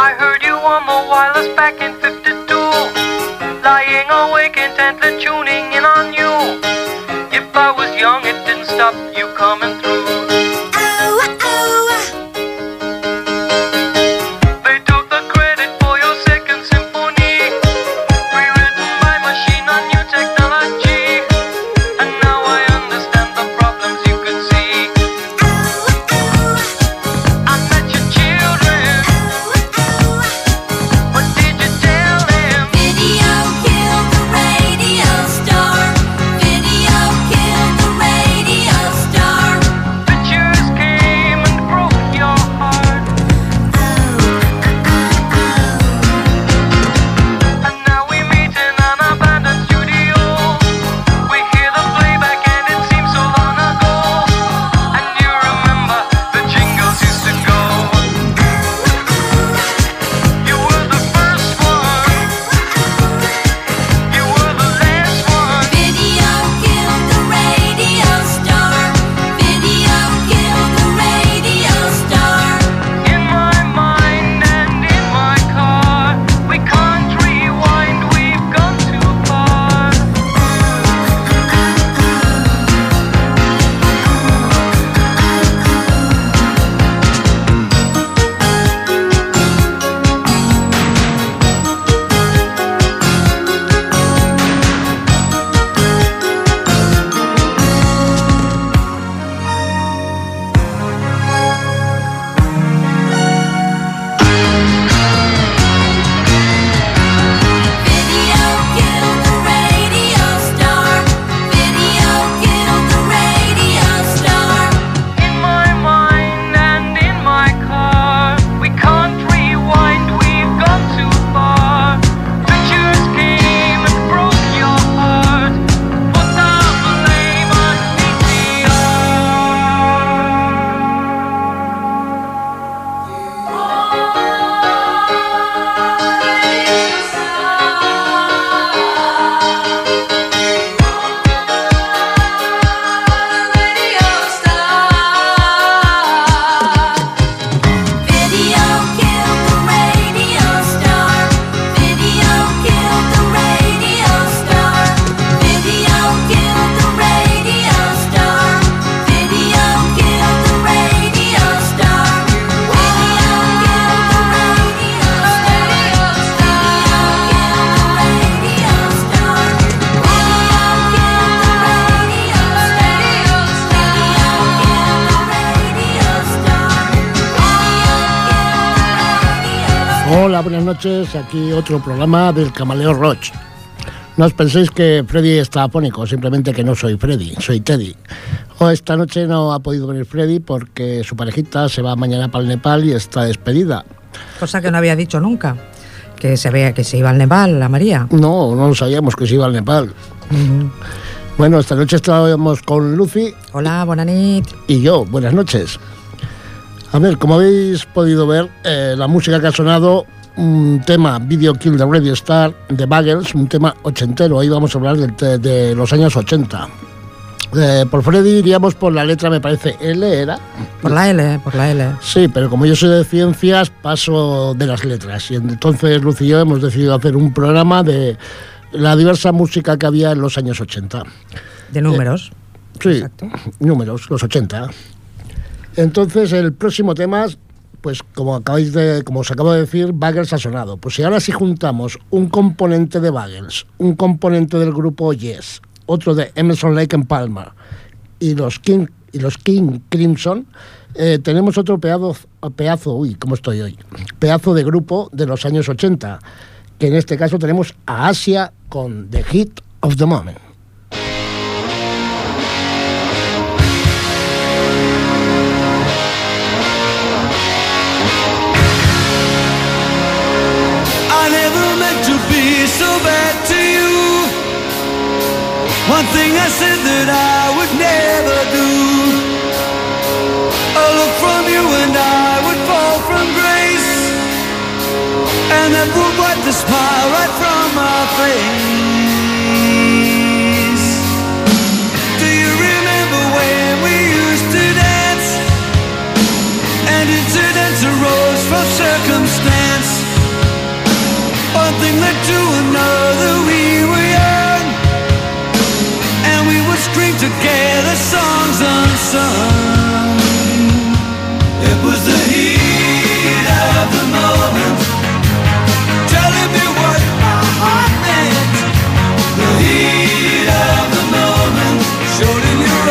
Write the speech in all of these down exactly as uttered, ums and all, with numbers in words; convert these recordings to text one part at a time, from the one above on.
I heard you on the wireless back in fifty-two, lying awake intently tuning in on you. If I was young, it didn't stop you coming through. Hola, buenas noches, aquí otro programa del Camaleo Roach. No os penséis que Freddy está afónico, simplemente que no soy Freddy, soy Teddy. O esta noche no ha podido venir Freddy porque su parejita se va mañana para el Nepal y está despedida. Cosa que no había dicho nunca, que se vea que se iba al Nepal, la María. No, no lo sabíamos que se iba al Nepal. Uh-huh. Bueno, esta noche estábamos con Lucy. Hola, buenas noches. Y yo, buenas noches. A ver, como habéis podido ver, eh, la música que ha sonado, un tema, Video Kill the Radio Star, de Buggles, un tema ochentero. Ahí vamos a hablar de, de los años ochenta. Eh, por Freddy iríamos por la letra, me parece, L, ¿era? Por la L, por la L. Sí, pero como yo soy de ciencias, paso de las letras. Y entonces Lucy y yo hemos decidido hacer un programa de la diversa música que había en los años ochenta. De números. Eh, sí, exacto. Números, los ochenta. Entonces, el próximo tema, pues como acabáis de, como os acabo de decir, Buggles ha sonado. Pues si ahora sí juntamos un componente de Buggles, un componente del grupo Yes, otro de Emerson Lake and Palmer y los King, y los King Crimson, eh, tenemos otro pedazo, pedazo, uy, ¿cómo estoy hoy? Pedazo de grupo de los años ochenta, que en este caso tenemos a Asia con The Hit of the Moment. One thing I said that I would never do, a look from you and I would fall from grace, and that would wipe the smile right from my face. Do you remember when we used to dance, and incidents arose from circumstance? one thing led to another. We were young, and we would scream together songs unsung. It was the heat of the moment, telling me what my heart meant. The heat of the moment showed in your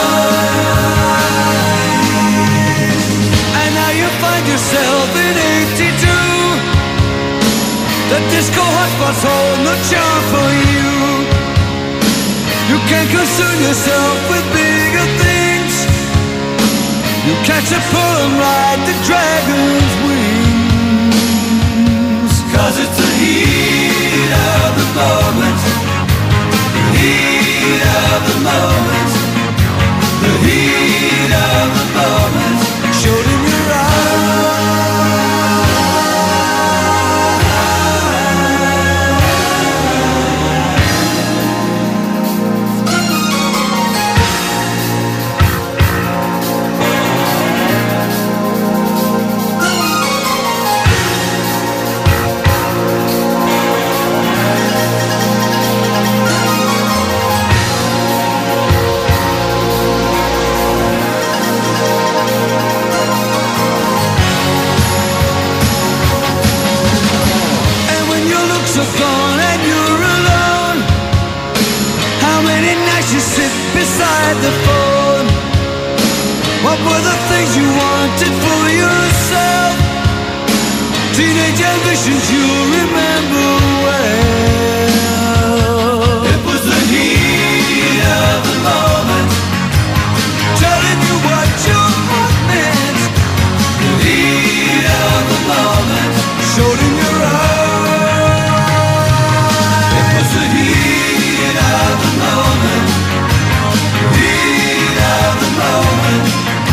eyes. And now you find yourself in eighty-two. The disco hotspots hold no charm for you. You can't concern yourself with bigger things. You catch a pull and ride the dragon's wings. Cause it's the heat of the moment. The heat of the moment. The heat of the moment showed in your eyes. Beside the phone, what were the things you wanted for yourself? Teenage ambitions you'll remember well. It was the heat of the moment, telling you what your heart meant. The heat of the moment showed in your eyes. It was the heat of the moment. Heat of the moment,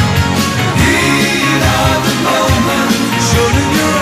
heat of the moment, showed in your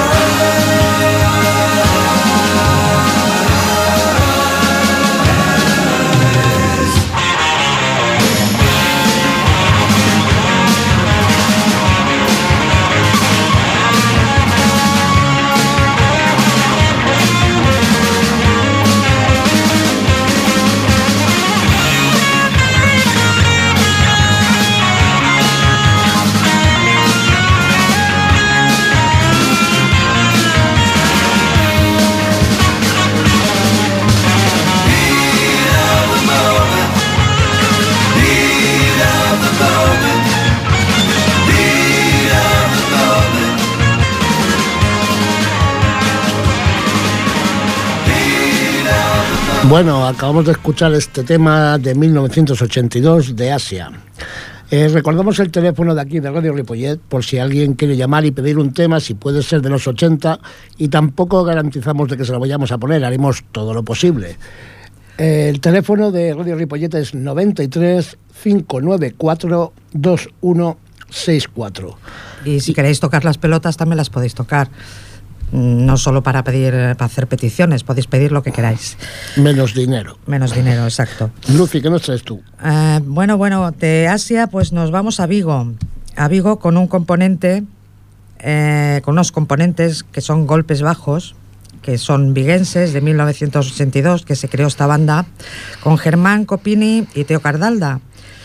Bueno, acabamos de escuchar este tema de mil novecientos ochenta y dos de Asia. Eh, recordamos el teléfono de aquí de Radio Ripollet por si alguien quiere llamar y pedir un tema, si puede ser de los ochenta, y tampoco garantizamos de que se lo vayamos a poner, haremos todo lo posible. Eh, el teléfono de Radio Ripollet es noventa y tres, cinco nueve cuatro, dos uno seis cuatro. Y si queréis tocar las pelotas también las podéis tocar. No solo para pedir, para hacer peticiones, podéis pedir lo que queráis. Menos dinero. Menos dinero, exacto. Lucy, ¿qué nos traes tú? Uh, bueno, bueno, de Asia pues nos vamos a Vigo. A Vigo con un componente, eh, con unos componentes que son Golpes Bajos, que son viguenses, de mil novecientos ochenta y dos, que se creó esta banda, con Germán Copini y Teo Cardalda.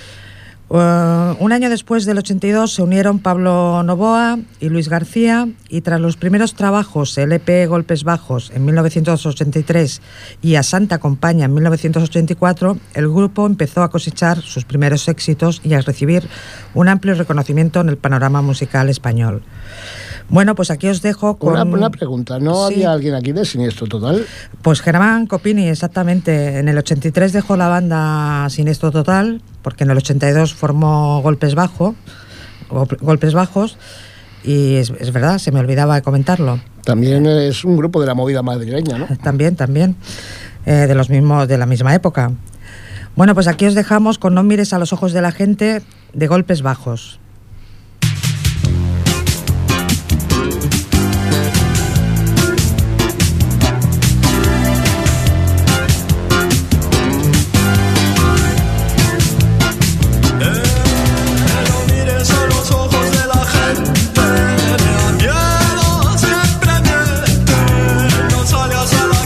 Uh, un año después del ochenta y dos se unieron Pablo Novoa y Luis García, y tras los primeros trabajos, el E P Golpes Bajos en mil novecientos ochenta y tres y A Santa Compaña en mil novecientos ochenta y cuatro, el grupo empezó a cosechar sus primeros éxitos y a recibir un amplio reconocimiento en el panorama musical español. Bueno, pues aquí os dejo con... Una, una pregunta, ¿no sí. había alguien aquí de Siniestro Total? Pues Germán Copini, exactamente. En el ochenta y tres dejó la banda Siniestro Total, porque en el ochenta y dos formó Golpes Bajo, Golpes Bajos, y es, es verdad, se me olvidaba de comentarlo. También es un grupo de la movida madrileña, ¿no? También, también, eh, de los mismos, de la misma época. Bueno, pues aquí os dejamos con No mires a los ojos de la gente, de Golpes Bajos. Salgas a la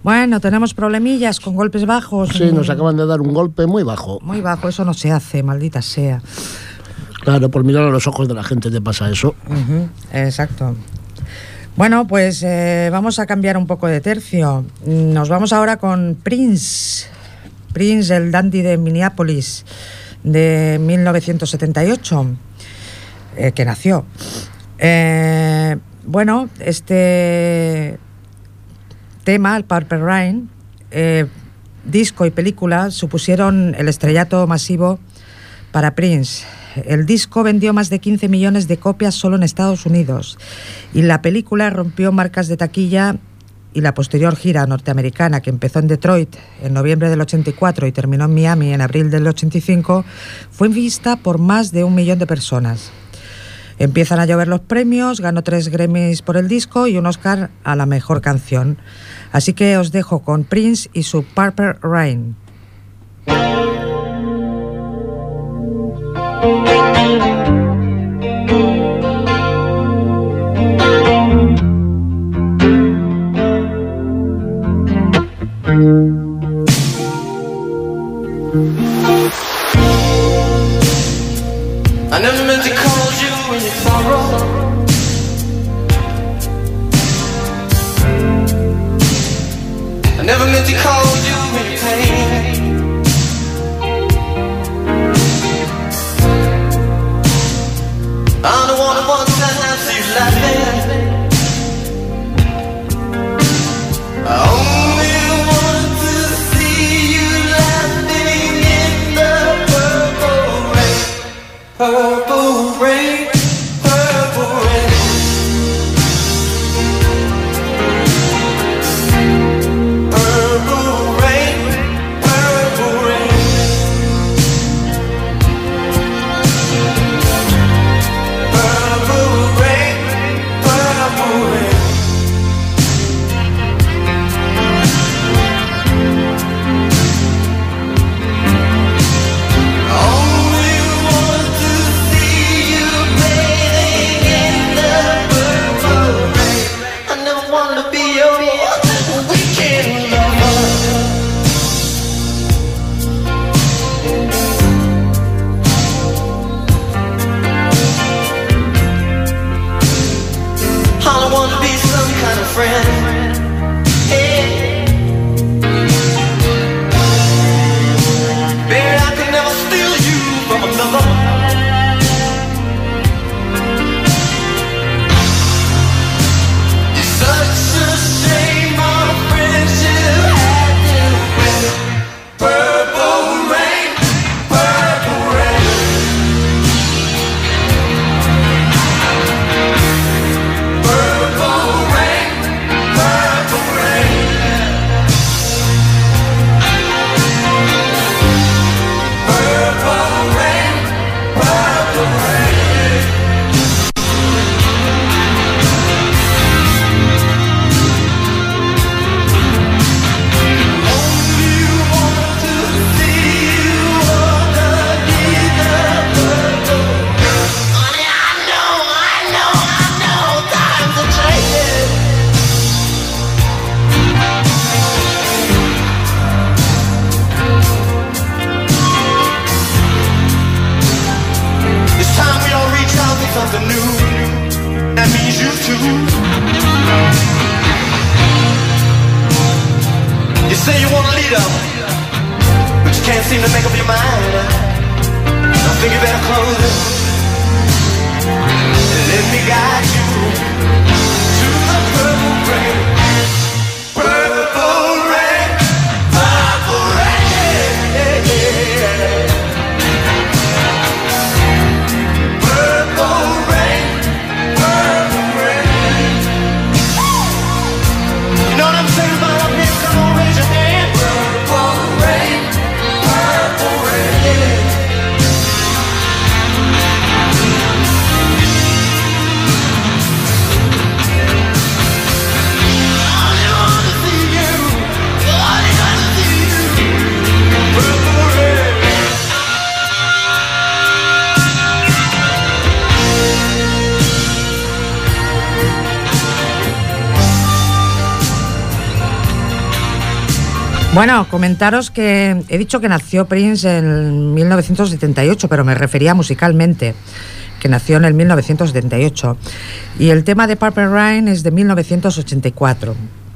Bueno, tenemos problemillas con golpes bajos. Sí, nos acaban de dar un golpe muy bajo. Muy bajo, eso no se hace, maldita sea. Claro, por mirar a los ojos de la gente te pasa eso. Uh-huh, exacto. Bueno, pues eh, vamos a cambiar un poco de tercio. Nos vamos ahora con Prince. Prince, el dandy de Minneapolis, de mil novecientos setenta y ocho, eh, que nació. Eh, bueno, este tema, el Purple Rain, eh, disco y película supusieron el estrellato masivo para Prince. El disco vendió más de quince millones de copias solo en Estados Unidos y la película rompió marcas de taquilla, y la posterior gira norteamericana, que empezó en Detroit en noviembre del ochenta y cuatro y terminó en Miami en abril del ochenta y cinco, fue vista por más de un millón de personas. Empiezan a llover los premios, ganó tres Grammys por el disco y un Oscar a la mejor canción. Así que os dejo con Prince y su Purple Rain. I never meant to call you in your sorrow. I never meant to call you in your pain. I'm the one who wants that now see you laughing. I only want to see you laughing in the purple rain. Purple rain, purple rain. Purple rain, purple rain. Purple rain, purple rain. Only want to see you bathing in the purple rain. I never wanted to be your weekend lover. All I want to be some kind of friend. Hey. Baby, I could never steal you from another. It's such a shame our friendship had to end. Purple rain, purple rain. Purple rain, purple rain. Purple rain, purple rain. Only want to see you underneath the purple rain. Honey, I know, I know, I know, times are changing. It's time we all reach out for something new. That means you too. You say you want a leader, but you can't seem to make up your mind. I think you better close it and let me guide you to the purple rain. Purple rain, purple rain. Purple rain, purple rain. You know what I'm saying about up here? Come on, raise your hand. Purple rain, purple rain. Bueno, comentaros que he dicho que nació Prince en mil novecientos setenta y ocho, pero me refería musicalmente, que nació en el mil novecientos setenta y ocho. Y el tema de Purple Rain es de mil novecientos ochenta y cuatro.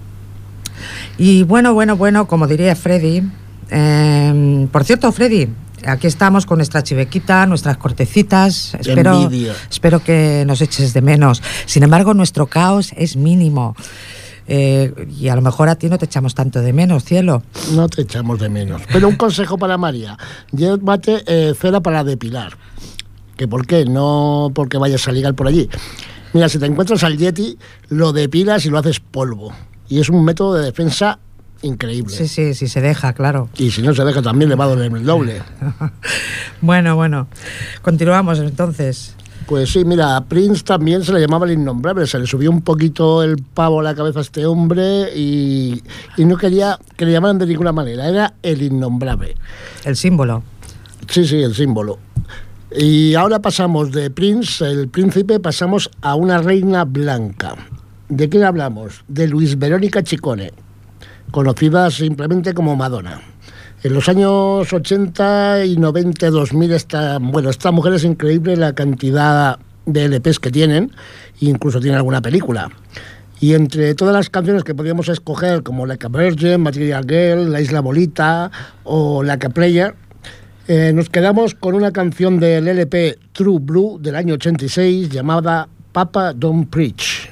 Y bueno, bueno, bueno, como diría Freddy, eh, por cierto, Freddy, aquí estamos con nuestra chivequita, nuestras cortecitas. Espero, espero que nos eches de menos. Sin embargo, nuestro caos es mínimo. Eh, y a lo mejor a ti no te echamos tanto de menos, cielo. No te echamos de menos. Pero un consejo para María: llévate eh, cera para depilar. ¿Que por qué? No porque vayas a ligar por allí. Mira, si te encuentras al Yeti, lo depilas y lo haces polvo. Y es un método de defensa increíble. Sí, sí, sí se deja, claro. Y si no se deja también le va a doler el doble. Bueno, bueno. Continuamos entonces. Pues sí, mira, a Prince también se le llamaba el innombrable. Se le subió un poquito el pavo a la cabeza a este hombre y, y no quería que le llamaran de ninguna manera. Era el innombrable. El símbolo. Sí, sí, el símbolo. Y ahora pasamos de Prince, el príncipe, pasamos a una reina blanca. ¿De quién hablamos? De Luis Verónica Ciccone, conocida simplemente como Madonna. En los años ochenta y noventa, dos mil, esta, bueno, esta mujer es increíble la cantidad de L Pes que tienen, incluso tiene alguna película. Y entre todas las canciones que podíamos escoger, como Like a Virgin, Material Girl, La Isla Bolita o Like a Player, eh, nos quedamos con una canción del L P True Blue del año ochenta y seis llamada Papa Don't Preach.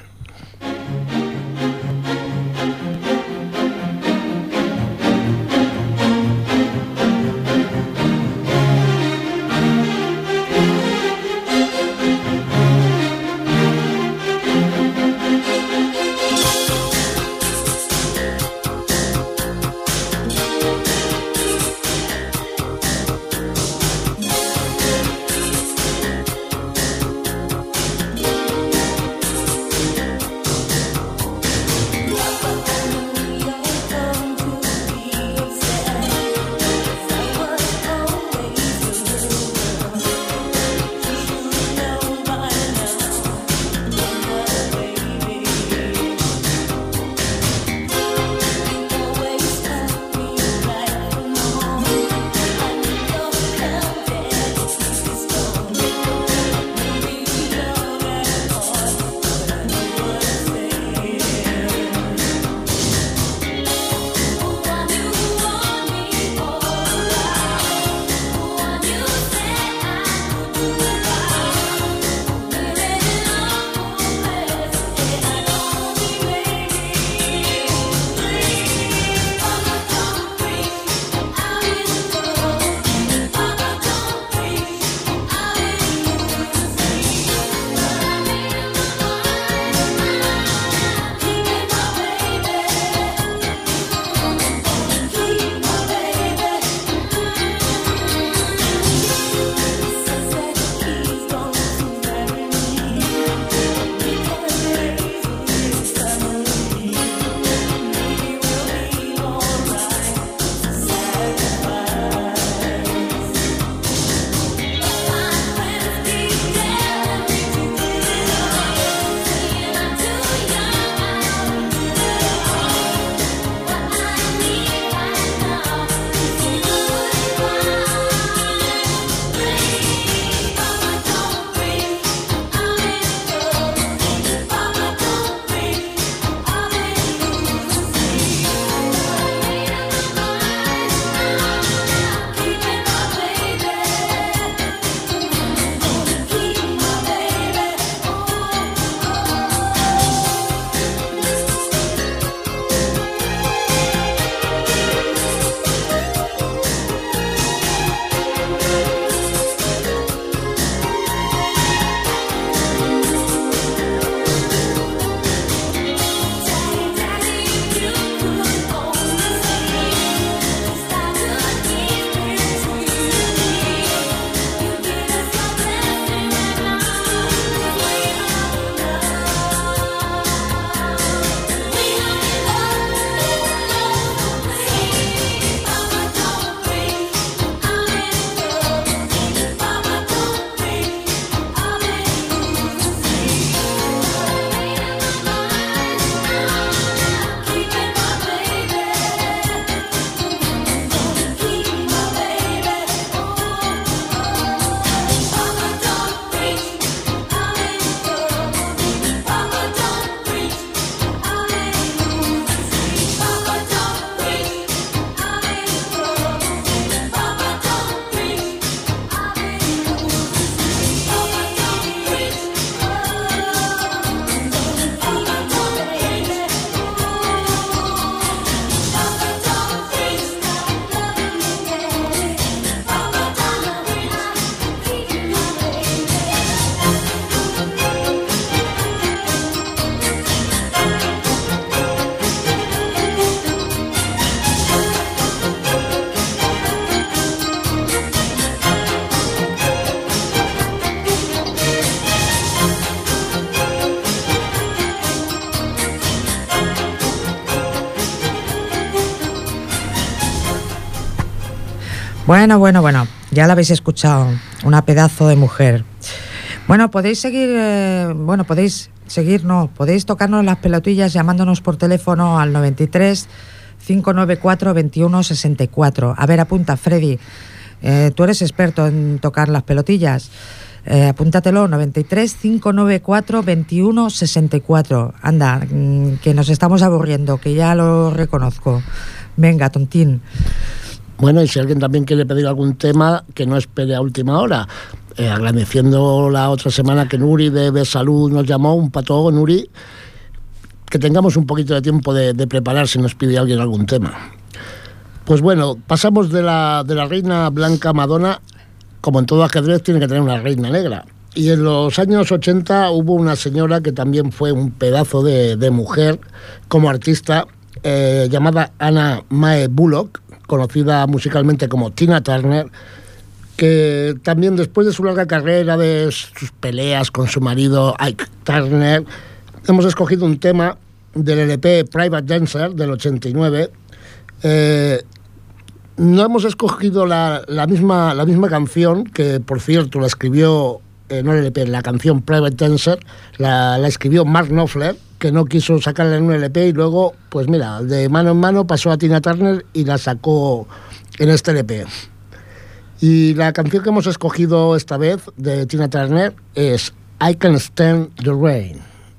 Bueno, bueno, bueno, ya la habéis escuchado, una pedazo de mujer. Bueno, podéis seguir, eh, bueno, podéis seguir, no, podéis tocarnos las pelotillas llamándonos por teléfono al noventa y tres, cinco noventa y cuatro, veintiuno sesenta y cuatro. A ver, apunta, Freddy, eh, tú eres experto en tocar las pelotillas. Eh, apúntatelo, noventa y tres, cinco noventa y cuatro, veintiuno sesenta y cuatro. Anda, mmm, que nos estamos aburriendo, que ya lo reconozco. Venga, tontín. Bueno, y si alguien también quiere pedir algún tema, que no espere a última hora. Eh, agradeciendo la otra semana que Nuri de Besalud nos llamó, un pato, Nuri, que tengamos un poquito de tiempo de, de preparar si nos pide alguien algún tema. Pues bueno, pasamos de la, de la reina blanca Madonna. Como en todo ajedrez tiene que tener una reina negra. Y en los años ochenta hubo una señora que también fue un pedazo de, de mujer como artista, eh, llamada Anna Mae Bullock, conocida musicalmente como Tina Turner, que también después de su larga carrera, de sus peleas con su marido Ike Turner, hemos escogido un tema del L P Private Dancer del ochenta y nueve. Eh, no hemos escogido la, la, misma, la misma canción, que por cierto la escribió, eh, no el L P, la canción Private Dancer, la, la escribió Mark Knopfler, que no quiso sacarla en un L P y luego, pues mira, de mano en mano pasó a Tina Turner y la sacó en este L P. Y la canción que hemos escogido esta vez de Tina Turner es I Can't Stand the Rain.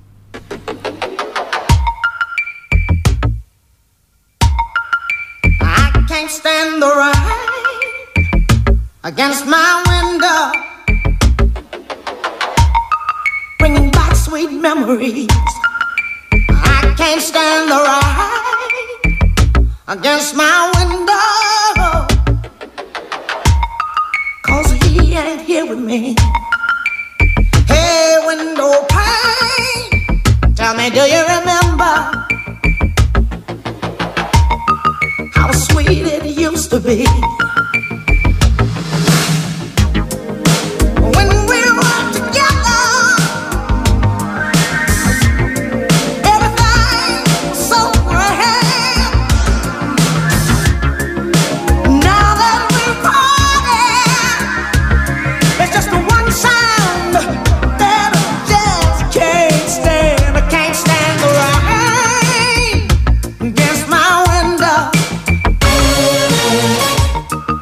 I can't stand the rain against my window, bringing back sweet memories. I can't stand the rain against my window, 'cause he ain't here with me. Hey, window pane, tell me, do you remember how sweet it used to be? When we were together, everything was so grand. Now that we're parted, it's just one sound that I just can't stand. I can't stand the rain against my window.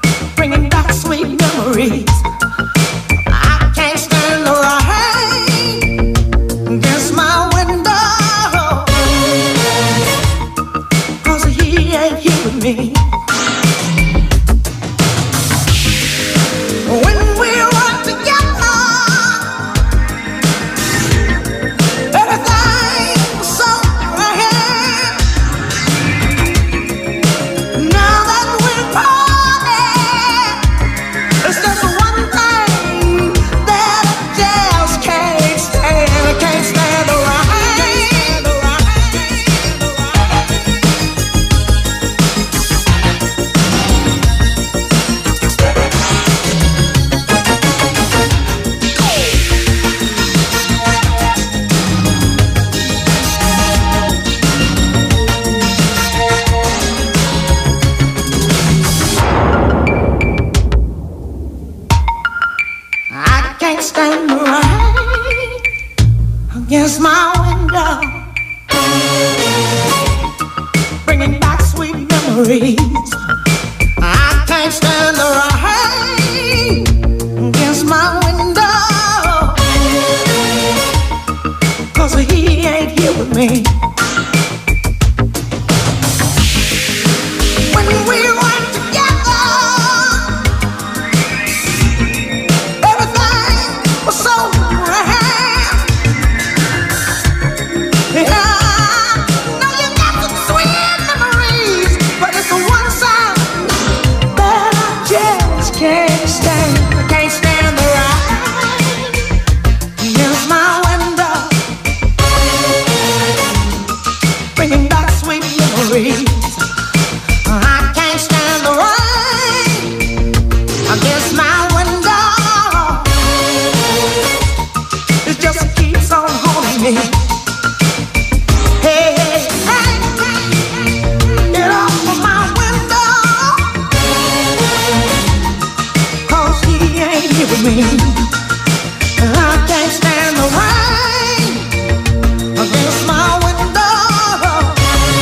with me. I can't stand the rain against my window,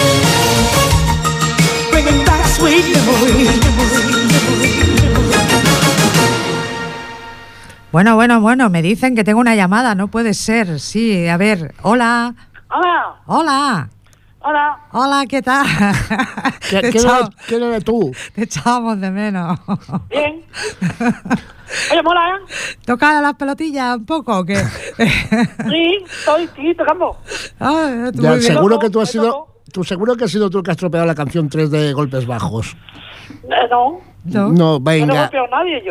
bringing back sweet memories. Bueno, bueno, bueno, me dicen que tengo una llamada, no puede ser. Sí, a ver, hola. Hola. Hola. Hola. Hola, ¿qué tal? ¿Qué, Te ¿quién, echamos- eres, quién eres tú? Te echábamos de menos. Bien. Oye, mola, ¿eh? ¿Toca las pelotillas un poco o qué? Sí, estoy, sí, tocando. Ah, tú Ya, muy bien. seguro que tú has me sido... toco. Tú seguro que has sido tú el que has estropeado la canción tres de Golpes Bajos. Eh, no, ¿No? No, no le he venga. golpeado a nadie yo.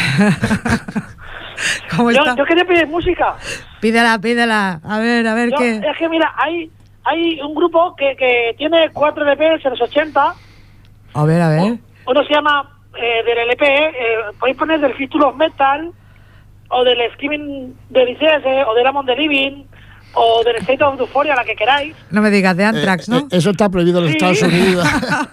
¿Cómo Yo, está? yo quería pedir música. Pídela, pídela. A ver, a ver Yo- qué. es que mira, hay, hay un grupo que, que tiene cuatro L Ps en los ochenta. A ver, a ver. Uno se llama eh, del L P, eh, podéis poner del Fistula of Metal, o del Screaming de I C S, o del Amon the Living, o del State of Euphoria, la que queráis. No me digas de Anthrax, Eh, ¿no? eh, eso está prohibido en los Sí. Estados Unidos.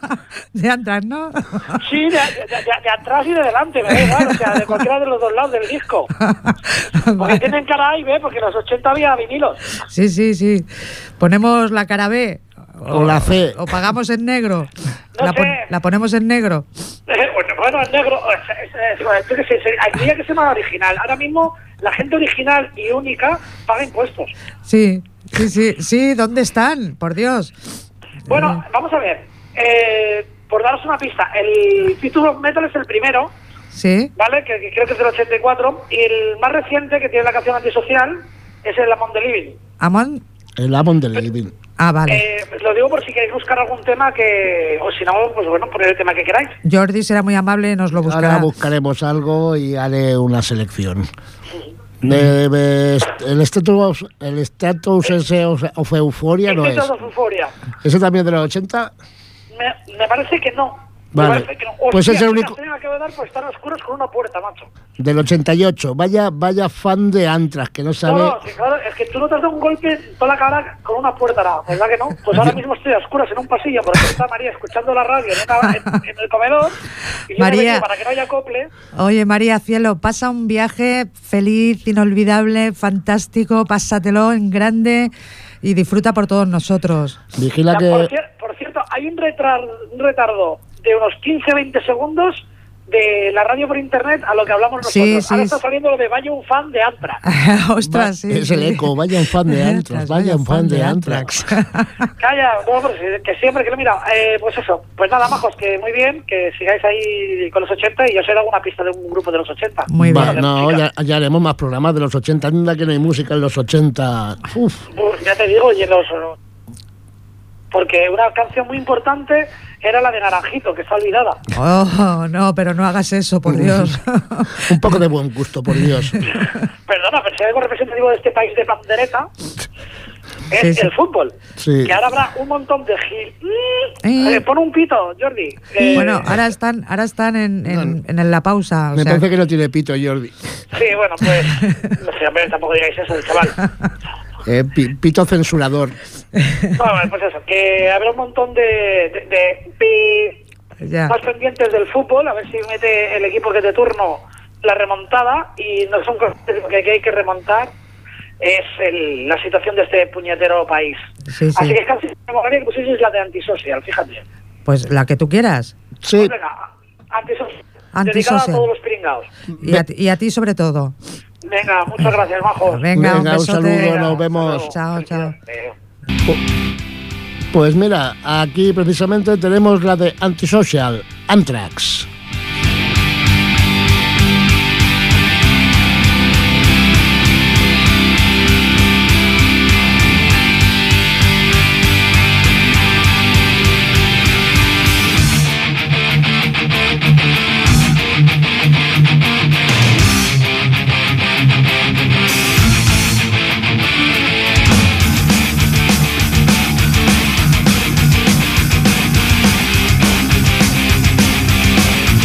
De Anthrax, ¿no? Sí, de, de- de- de atrás y de delante, me da igual, o sea, de cualquiera de los dos lados del disco. Porque Vale. tienen cara A y B, porque en los ochenta había vinilos. Sí, sí, sí. Ponemos la cara B. O la C. O pagamos en negro. No la, pon- sé. la ponemos en negro. Eh, bueno, bueno, el negro, es, es, es, yo qué sé, se- habría que ser más original. Ahora mismo, la gente original y única paga impuestos. Sí, sí, sí. Sí, ¿dónde están? Por Dios. Bueno, vamos a ver. Eh, por daros una pista, el Fistula of Metal es el primero, Sí. ¿vale? Que, que creo que es del ochenta y cuatro. Y el más reciente, que tiene la canción antisocial, es el Amon the Living. Amon. El Amon de Living. Ah, vale. Eh, pues lo digo por si queréis buscar algún tema que... O si no, pues bueno, poner el tema que queráis. Jordi será muy amable y nos lo buscará. Ahora buscaremos algo y haré una selección. De- de- el status, el status ese of of Euphoria no es. State of Euphoria. ¿Ese también de los ochenta? Me, me parece que no. Vale. Me parece que no. Pues Hostia, es el qué único- castaña me acabo de dar por estar oscuros con una puerta, macho. Del ochenta y ocho. Vaya, vaya fan de Anthrax, que no sabe. No, no, sí, claro, es que tú no te has dado un golpe en toda la cara con una puerta, ¿no? ¿Verdad que no? Pues ahora mismo estoy a oscuras en un pasillo porque está María escuchando la radio en, una- en- en el comedor. Y yo me he María. venido para que no haya acople. Oye, María Cielo, pasa un viaje feliz, inolvidable, fantástico, pásatelo en grande y disfruta por todos nosotros. Vigila Por, que. cier- por cierto, hay un, retrar- un retardo de unos quince a veinte segundos de la radio por internet a lo que hablamos nosotros. Sí, sí, Ahora está sí. saliendo lo de vaya un fan de Anthrax. Ostras, sí. Es el sí. eco, vaya un fan de Anthrax, vaya un fan de Anthrax. Calla, no, pero sí, que siempre que lo mira, eh, pues eso, pues nada, majos, que muy bien, que sigáis ahí con los ochenta y yo os he dado una pista de un grupo de los ochenta. Muy Va, bien. no, ya, ya haremos más programas de los ochenta. Anda que no hay música en los ochenta. Uf. Uf, ya te digo, y en los... Porque una canción muy importante era la de Naranjito, que está olvidada. Oh, no, pero no hagas eso, por Dios. Un poco de buen gusto, por Dios. Perdona, pero si hay algo representativo de este país de pandereta, es Sí, sí. el fútbol. Sí. Que ahora habrá un montón de gil... Mm, Eh. eh, pon un pito, Jordi. Eh, Bueno, ahora están, ahora están en, en, en la pausa. O Me sea, parece que no tiene pito, Jordi. Sí, bueno, pues... No sé, hombre, tampoco digáis eso, el chaval. Eh, pi- pito censurador. Bueno, pues eso, que habrá un montón de, de, de pi- ya. más pendientes del fútbol, a ver si mete el equipo que de turno la remontada, y no son cosas que hay que remontar, es el- la situación de este puñetero país. Sí, sí. Así que casi me molaría que pusieseis la de antisocial, fíjate. Pues la que tú quieras. Sí, Pues venga, antisocial. Dedicada a Antisocial. todos los pringados. Y a, ti- y a ti sobre todo. Venga, muchas gracias, majo. Venga, un Venga, un besote. saludo, nos vemos. Chao, chao. pues mira, aquí precisamente tenemos la de Antisocial, Anthrax. Thank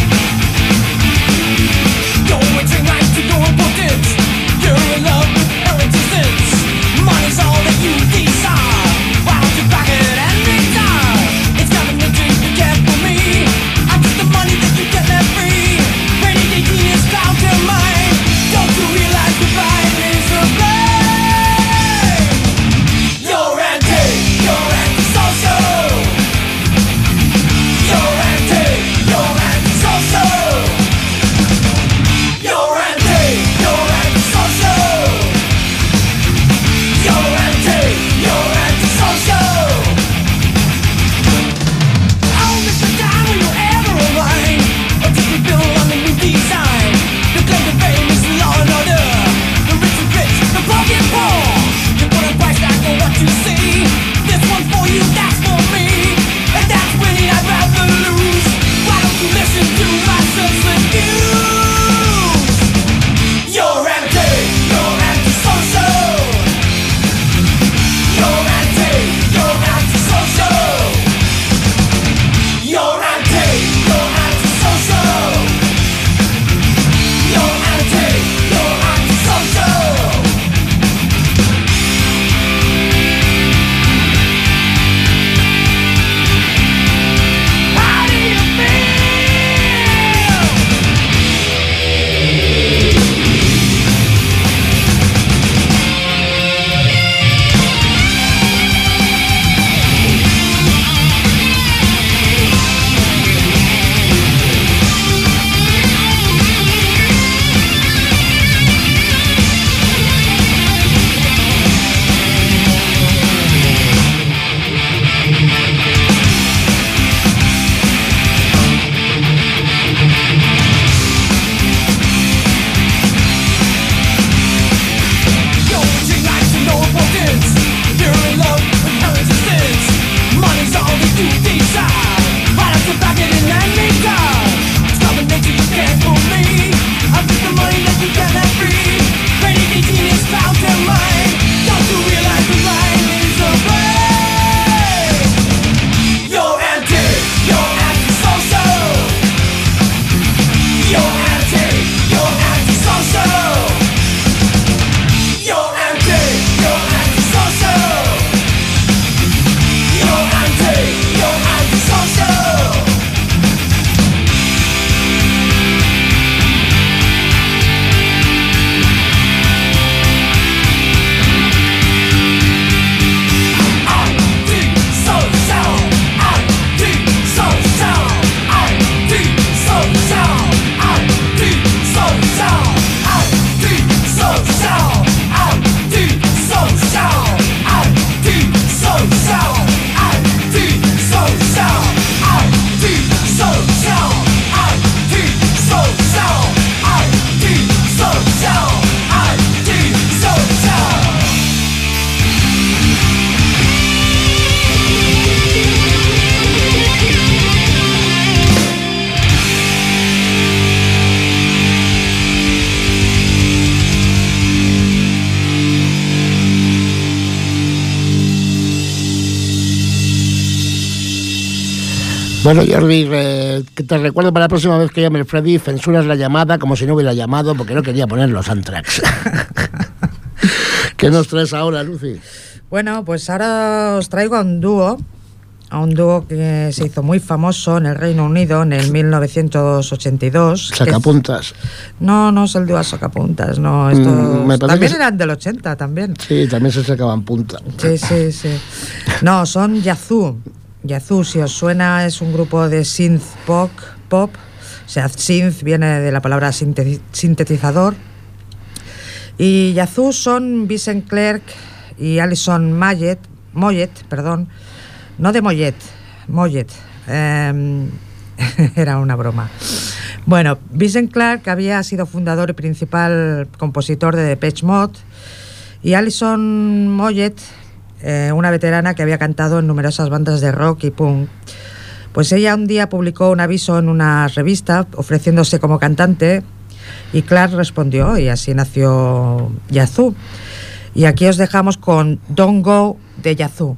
Bueno, Jordi, eh, que te recuerdo para la próxima vez que llame el Freddy, censuras la llamada como si no hubiera llamado porque no quería poner los Anthrax. ¿Qué nos traes ahora, Lucy? Bueno, pues ahora os traigo a un dúo, a un dúo que se hizo muy famoso en el Reino Unido en el mil novecientos ochenta y dos. Sacapuntas. Es... No, no es el dúo Sacapuntas, no. Esto... Mm, me también que... eran del ochenta, también. Sí, también se sacaban punta. Sí, sí, sí. No, son Yazoo. Yazoo, si os suena, es un grupo de synth pop, pop. O sea, synth viene de la palabra sintetizador. Y Yazoo son Vincent Clark y Alison Moyet, Moyet, perdón, no de Moyet, Moyet, eh, era una broma. Bueno, Vincent Clark había sido fundador y principal compositor de Depeche Mode y Alison Moyet, eh, una veterana que había cantado en numerosas bandas de rock y punk. Pues ella un día publicó un aviso en una revista ofreciéndose como cantante y Clark respondió y así nació Yazoo. Y aquí os dejamos con Don't Go de Yazoo.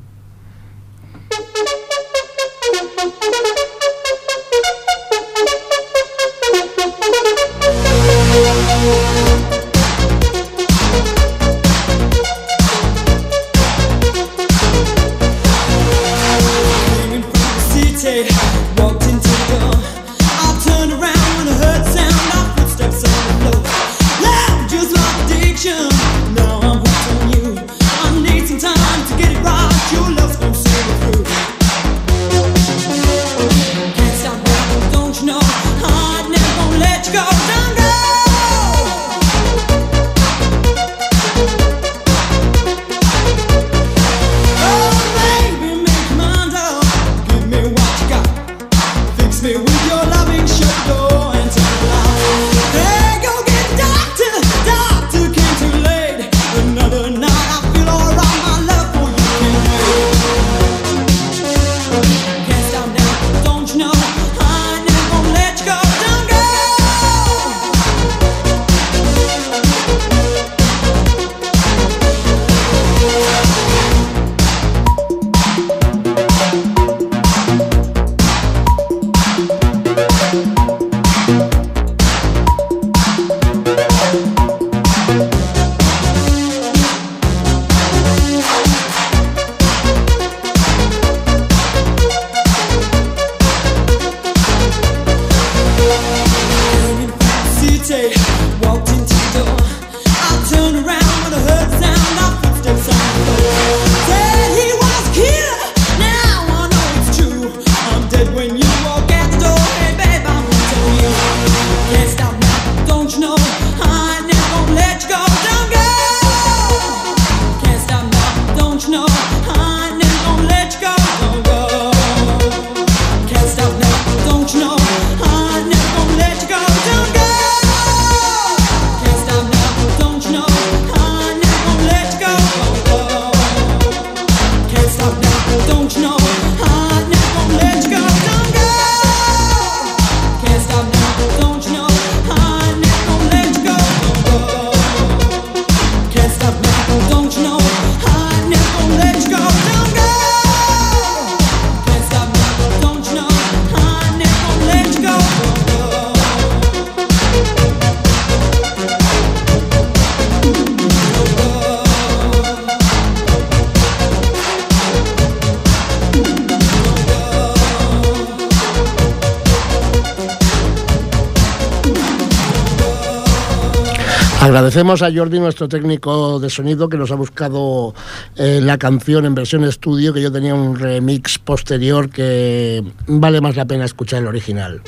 Agradecemos a Jordi, nuestro técnico de sonido, que nos ha buscado eh, la canción en versión estudio, que yo tenía un remix posterior que vale más la pena escuchar el original.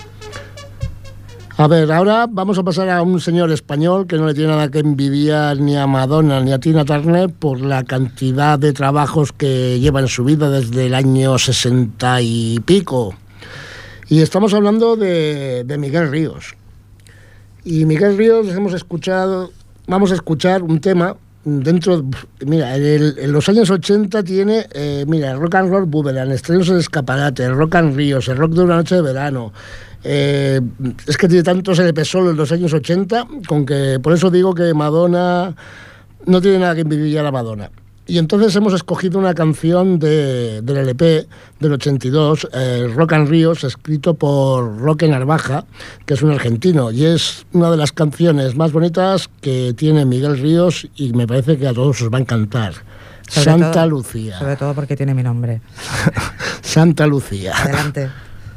A ver, ahora vamos a pasar a un señor español que no le tiene nada que envidiar ni a Madonna ni a Tina Turner por la cantidad de trabajos que lleva en su vida desde el año sesenta y pico. Y estamos hablando de, de Miguel Ríos. Y Miguel Ríos hemos escuchado, vamos a escuchar un tema dentro, mira, en, el, en los años ochenta tiene, eh, mira, el Rock and Roll Boomerang, Estrenos en Escaparate, el Rock and Ríos, el Rock de una noche de verano. Eh, es que tiene tantos L P solo en los años ochenta, con que por eso digo que Madonna no tiene nada que envidiar a Madonna. Y entonces hemos escogido una canción de, del L P del ochenta y dos, eh, Rock and Ríos, escrito por Roque Narvaja, que es un argentino, y es una de las canciones más bonitas que tiene Miguel Ríos y me parece que a todos os va a encantar. Sobre Santa todo, Lucía. Sobre todo porque tiene mi nombre. Santa Lucía. Adelante.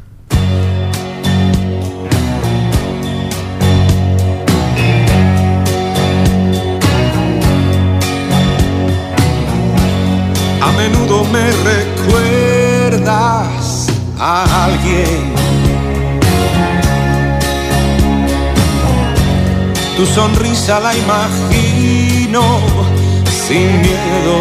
A menudo me recuerdas a alguien. Tu sonrisa la imagino sin miedo.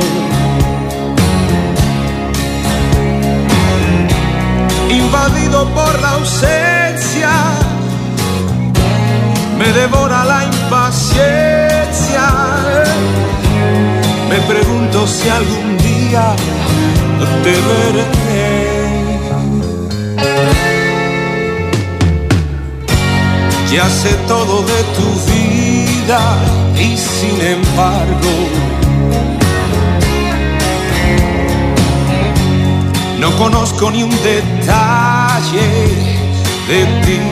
Invadido por la ausencia, me devora la impaciencia. Me pregunto si algún día te veré. Ya sé todo de tu vida y sin embargo no conozco ni un detalle de ti.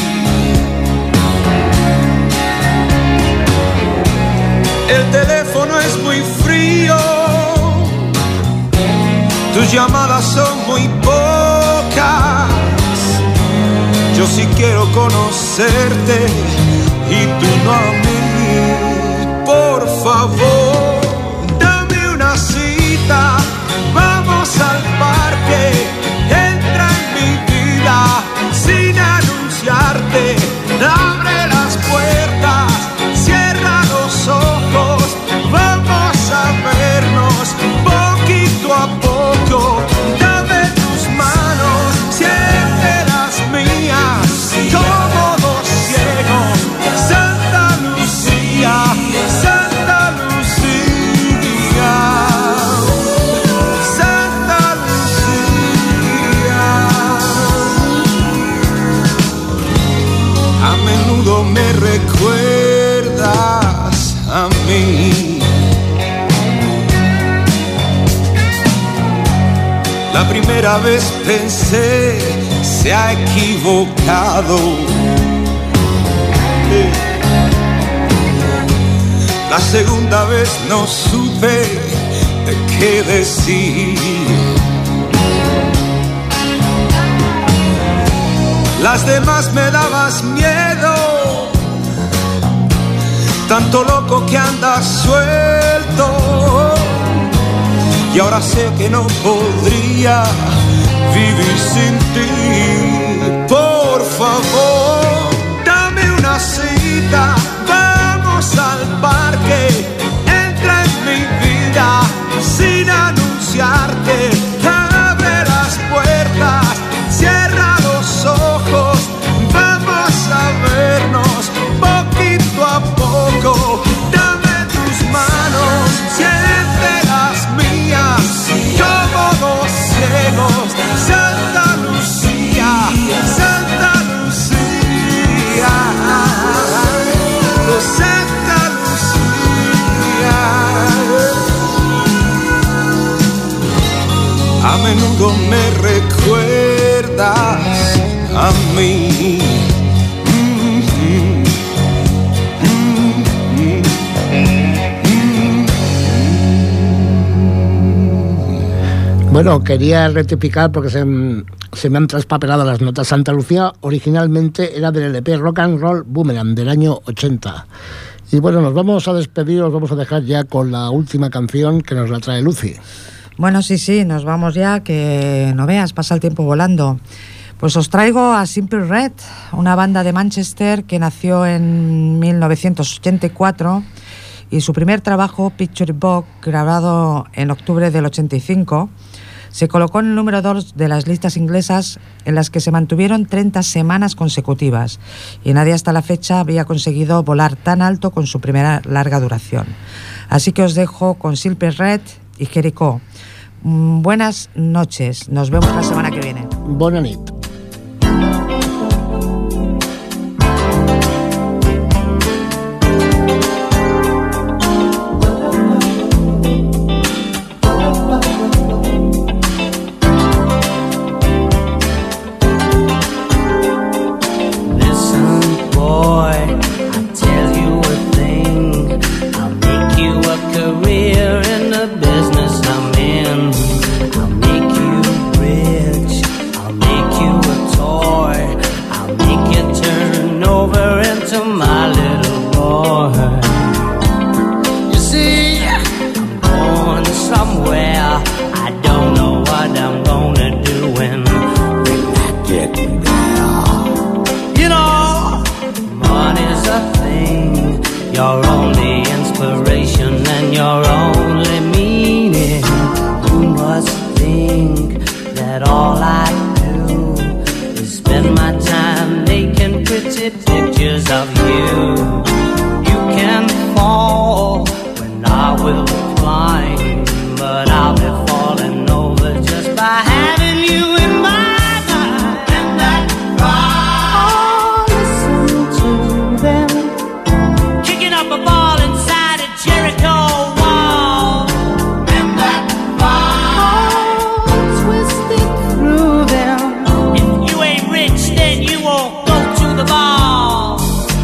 El teléfono es muy frío, tus llamadas son muy pocas. Yo sí quiero conocerte y tú no a mí. Por favor, dame una cita, vamos al parque. Entra en mi vida sin anunciarte. Abre las puertas, cierra los ojos. Vamos a vernos poquito a poco. Dame tus manos, siente las mías, como dos ciegos. Santa Lucía, Santa Lucía, Santa Lucía. A menudo me recuerdas a mí. La primera vez pensé, se ha equivocado. La segunda vez no supe qué decir. Las demás me dabas miedo, tanto loco que andas suelto. Y ahora sé que no podría vivir sin ti. Por favor, dame una cita, vamos al parque. Entra en mi vida sin anunciarte. Abre las puertas, cierra los ojos. Vamos a vernos poquito a poco. Dame tus manos, siente las mías, como dos ciegos. Santa Lucía, Santa Lucía, Santa Lucía. A menudo me recuerdas a mí. Bueno, quería rectificar porque se, se me han traspapelado las notas. Santa Lucía originalmente era del L P Rock and Roll Boomerang del año ochenta. Y bueno, nos vamos a despedir, os vamos a dejar ya con la última canción que nos la trae Lucy. Bueno, sí, sí, nos vamos ya, que no veas, pasa el tiempo volando. Pues os traigo a Simple Red, una banda de Manchester que nació en mil novecientos ochenta y cuatro y su primer trabajo, Picture Box, grabado en octubre del ochenta y cinco, se colocó en el número dos de las listas inglesas, en las que se mantuvieron treinta semanas consecutivas, y nadie hasta la fecha había conseguido volar tan alto con su primera larga duración. Así que os dejo con Simple Red y Jericho. Mm, buenas noches, nos vemos la semana que viene. Bona nit. over into my little boy. You see, I'm going somewhere. I don't know what I'm gonna do when I get there. You know, money's a thing, your only inspiration and your only meaning. You must think that all I do is spend my time making pretty pictures of you. You can fall when I will climb, but I'll be falling over just by having you in my life. And that cry, oh, listen to them kicking up a ball inside a Jericho wall. And that cry, oh, twisted through them. If you ain't rich, then you won't go to the ball.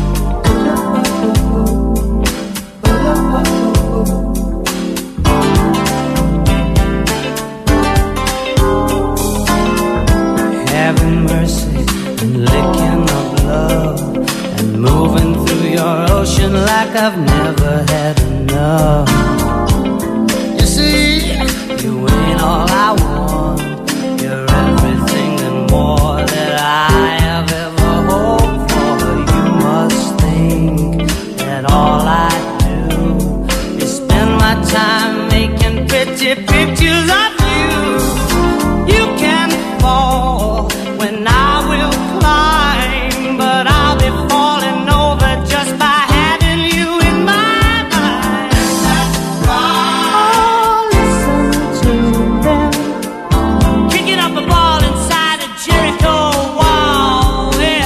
Having mercy and licking up love and moving through your ocean like I've never had enough. You see, you ain't all I want. You're everything and more that I have ever hoped for. You must think that all I do is spend my time making pretty pictures of you. You can fall when I will climb, but I'll be falling over just by having you in my mind. Oh, listen to them kicking up a ball inside a Jericho wall. Yeah.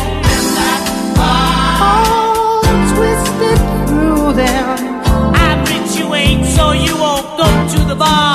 Oh, twisted through them. I'm rich, you ain't, so you won't go to the bar.